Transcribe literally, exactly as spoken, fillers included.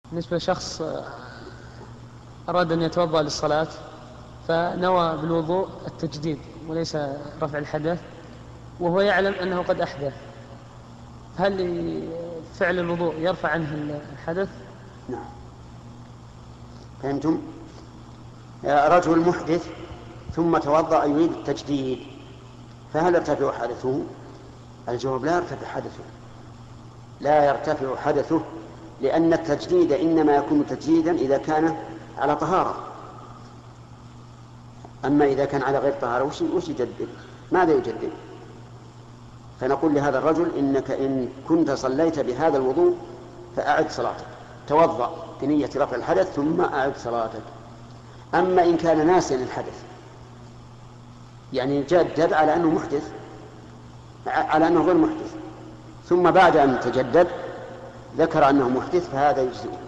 بالنسبة لشخص أراد أن يتوضأ للصلاة فنوى بالوضوء التجديد وليس رفع الحدث، وهو يعلم أنه قد أحدث، هل فعل الوضوء يرفع عنه الحدث؟ نعم. فهمتم؟ رجل محدث ثم توضأ يريد التجديد، فهل يرتفع حدثه؟ الجواب لا يرتفع حدثه، لا يرتفع حدثه، لأن التجديد إنما يكون تجديدا إذا كان على طهارة. أما إذا كان على غير طهارة وش يجدد؟ ماذا يجدد؟ فنقول لهذا الرجل إنك إن كنت صليت بهذا الوضوء فأعد صلاتك، توضأ بنية رفع الحدث ثم أعد صلاتك. أما إن كان ناسيا الحدث، يعني جدد على أنه محدث، على أنه غير محدث، ثم بعد أن تجدد ذكر أنه محدث، فهذا يجزئه.